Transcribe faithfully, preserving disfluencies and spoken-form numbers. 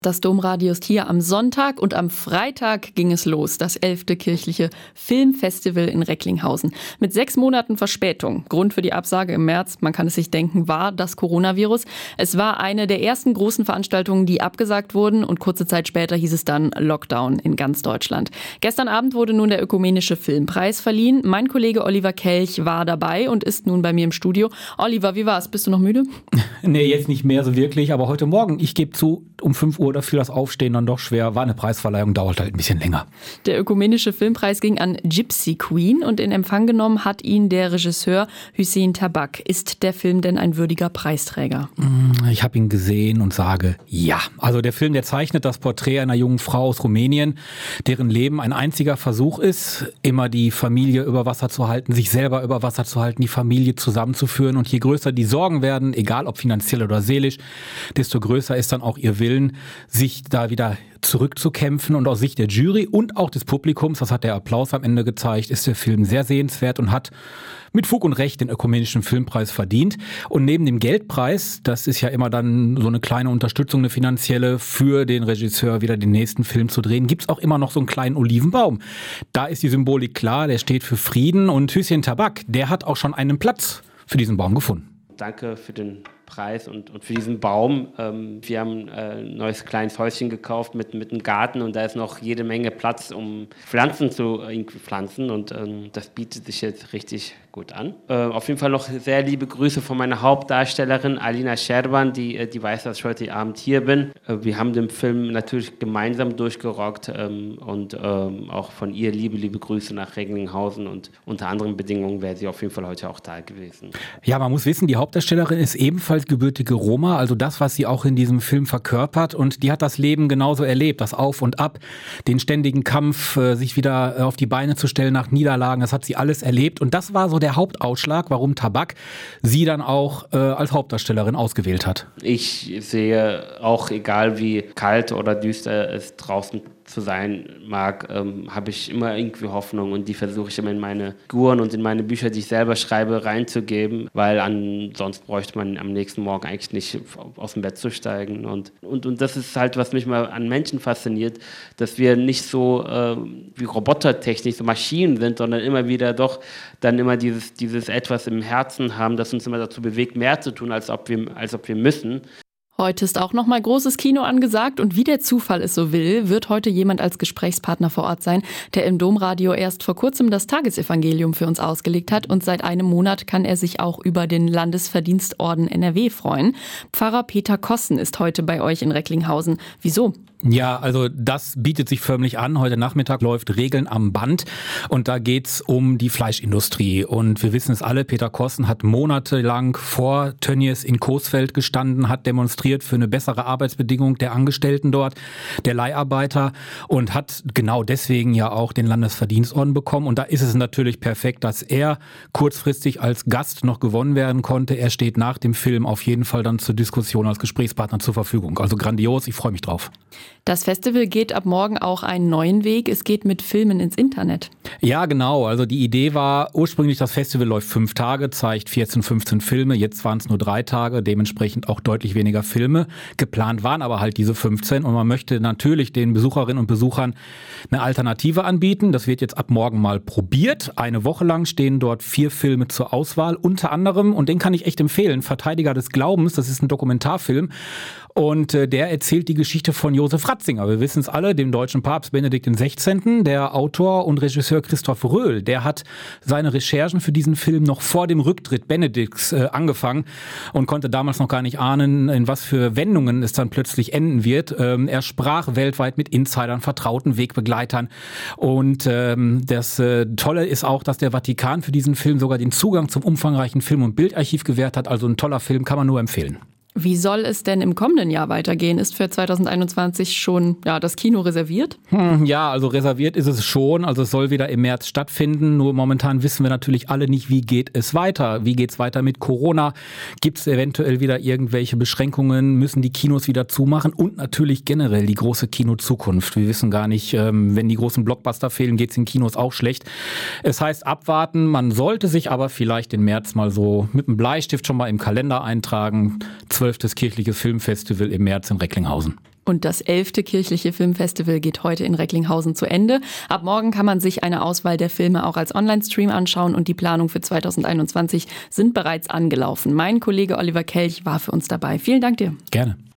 Das Domradio ist hier am Sonntag und am Freitag ging es los, das elfte kirchliche Filmfestival in Recklinghausen. Mit sechs Monaten Verspätung. Grund für die Absage im März, man kann es sich denken, war das Coronavirus. Es war eine der ersten großen Veranstaltungen, die abgesagt wurden und kurze Zeit später hieß es dann Lockdown in ganz Deutschland. Gestern Abend wurde nun der Ökumenische Filmpreis verliehen. Mein Kollege Oliver Kelch war dabei und ist nun bei mir im Studio. Oliver, wie war's? Bist du noch müde? Nee, jetzt nicht mehr so wirklich, aber heute Morgen, ich gebe zu, um fünf Uhr oder fiel das Aufstehen dann doch schwer. War eine Preisverleihung, dauert halt ein bisschen länger. Der Ökumenische Filmpreis ging an Gypsy Queen und in Empfang genommen hat ihn der Regisseur Hüseyin Tabak. Ist der Film denn ein würdiger Preisträger? Ich habe ihn gesehen und sage ja. Also der Film, der zeichnet das Porträt einer jungen Frau aus Rumänien, deren Leben ein einziger Versuch ist, immer die Familie über Wasser zu halten, sich selber über Wasser zu halten, die Familie zusammenzuführen. Und je größer die Sorgen werden, egal ob finanziell oder seelisch, desto größer ist dann auch ihr Willen, sich da wieder zurückzukämpfen. Und aus Sicht der Jury und auch des Publikums, das hat der Applaus am Ende gezeigt, ist der Film sehr sehenswert und hat mit Fug und Recht den Ökumenischen Filmpreis verdient. Und neben dem Geldpreis, das ist ja immer dann so eine kleine Unterstützung, eine finanzielle für den Regisseur, wieder den nächsten Film zu drehen, gibt's auch immer noch so einen kleinen Olivenbaum. Da ist die Symbolik klar, der steht für Frieden. Und Hüseyin Tabak, der hat auch schon einen Platz für diesen Baum gefunden. Danke für den Preis und, und für diesen Baum. Ähm, wir haben äh, ein neues kleines Häuschen gekauft mit, mit einem Garten und da ist noch jede Menge Platz, um Pflanzen zu äh, pflanzen und ähm, das bietet sich jetzt richtig gut an. Äh, auf jeden Fall noch sehr liebe Grüße von meiner Hauptdarstellerin Alina Scherban, die, äh, die weiß, dass ich heute Abend hier bin. Äh, wir haben den Film natürlich gemeinsam durchgerockt ähm, und ähm, auch von ihr liebe, liebe Grüße nach Recklinghausen und unter anderen Bedingungen wäre sie auf jeden Fall heute auch da gewesen. Ja, man muss wissen, die Hauptdarstellerin ist ebenfalls gebürtige Roma, also das, was sie auch in diesem Film verkörpert, und die hat das Leben genauso erlebt, das Auf und Ab, den ständigen Kampf, sich wieder auf die Beine zu stellen nach Niederlagen, das hat sie alles erlebt und das war so der Hauptausschlag, warum Tabak sie dann auch äh, als Hauptdarstellerin ausgewählt hat. Ich sehe auch, egal wie kalt oder düster es draußen zu sein mag, ähm, habe ich immer irgendwie Hoffnung und die versuche ich immer in meine Figuren und in meine Bücher, die ich selber schreibe, reinzugeben, weil ansonsten bräuchte man am nächsten Morgen eigentlich nicht aus dem Bett zu steigen und, und, und das ist halt, was mich mal an Menschen fasziniert, dass wir nicht so äh, wie Robotertechnik, so Maschinen sind, sondern immer wieder doch dann immer dieses, dieses Etwas im Herzen haben, das uns immer dazu bewegt, mehr zu tun, als ob wir, als ob wir müssen. Heute ist auch nochmal großes Kino angesagt und wie der Zufall es so will, wird heute jemand als Gesprächspartner vor Ort sein, der im Domradio erst vor kurzem das Tagesevangelium für uns ausgelegt hat und seit einem Monat kann er sich auch über den Landesverdienstorden N R W freuen. Pfarrer Peter Kossen ist heute bei euch in Recklinghausen. Wieso? Ja, also das bietet sich förmlich an. Heute Nachmittag läuft Regeln am Band und da geht's um die Fleischindustrie. Und wir wissen es alle, Peter Kossen hat monatelang vor Tönnies in Coesfeld gestanden, hat demonstriert für eine bessere Arbeitsbedingung der Angestellten dort, der Leiharbeiter und hat genau deswegen ja auch den Landesverdienstorden bekommen. Und da ist es natürlich perfekt, dass er kurzfristig als Gast noch gewonnen werden konnte. Er steht nach dem Film auf jeden Fall dann zur Diskussion als Gesprächspartner zur Verfügung. Also grandios, ich freue mich drauf. Das Festival geht ab morgen auch einen neuen Weg. Es geht mit Filmen ins Internet. Ja, genau. Also die Idee war ursprünglich, das Festival läuft fünf Tage, zeigt vierzehn, fünfzehn Filme. Jetzt waren es nur drei Tage, dementsprechend auch deutlich weniger Filme. Geplant waren aber halt diese fünfzehn und man möchte natürlich den Besucherinnen und Besuchern eine Alternative anbieten. Das wird jetzt ab morgen mal probiert. Eine Woche lang stehen dort vier Filme zur Auswahl. Unter anderem, und den kann ich echt empfehlen, Verteidiger des Glaubens. Das ist ein Dokumentarfilm. Und äh, der erzählt die Geschichte von Josef Ratzinger. Wir wissen es alle, dem deutschen Papst Benedikt der Sechzehnte. Der Autor und Regisseur Christoph Röhl, der hat seine Recherchen für diesen Film noch vor dem Rücktritt Benedikts äh, angefangen und konnte damals noch gar nicht ahnen, in was für Wendungen es dann plötzlich enden wird. Ähm, er sprach weltweit mit Insidern, vertrauten Wegbegleitern. Und ähm, das äh, Tolle ist auch, dass der Vatikan für diesen Film sogar den Zugang zum umfangreichen Film- und Bildarchiv gewährt hat. Also ein toller Film, kann man nur empfehlen. Wie soll es denn im kommenden Jahr weitergehen? Ist für zwanzig einundzwanzig schon ja, das Kino reserviert? Hm, ja, also reserviert ist es schon. Also es soll wieder im März stattfinden. Nur momentan wissen wir natürlich alle nicht, wie geht es weiter? Wie geht es weiter mit Corona? Gibt es eventuell wieder irgendwelche Beschränkungen? Müssen die Kinos wieder zumachen? Und natürlich generell die große Kinozukunft. Wir wissen gar nicht, wenn die großen Blockbuster fehlen, geht es in Kinos auch schlecht. Es heißt abwarten. Man sollte sich aber vielleicht den März mal so mit einem Bleistift schon mal im Kalender eintragen. zwölftes kirchliches Filmfestival im März in Recklinghausen. Und das elfte kirchliche Filmfestival geht heute in Recklinghausen zu Ende. Ab morgen kann man sich eine Auswahl der Filme auch als Online-Stream anschauen und die Planung für zweitausendeinundzwanzig sind bereits angelaufen. Mein Kollege Oliver Kelch war für uns dabei. Vielen Dank dir. Gerne.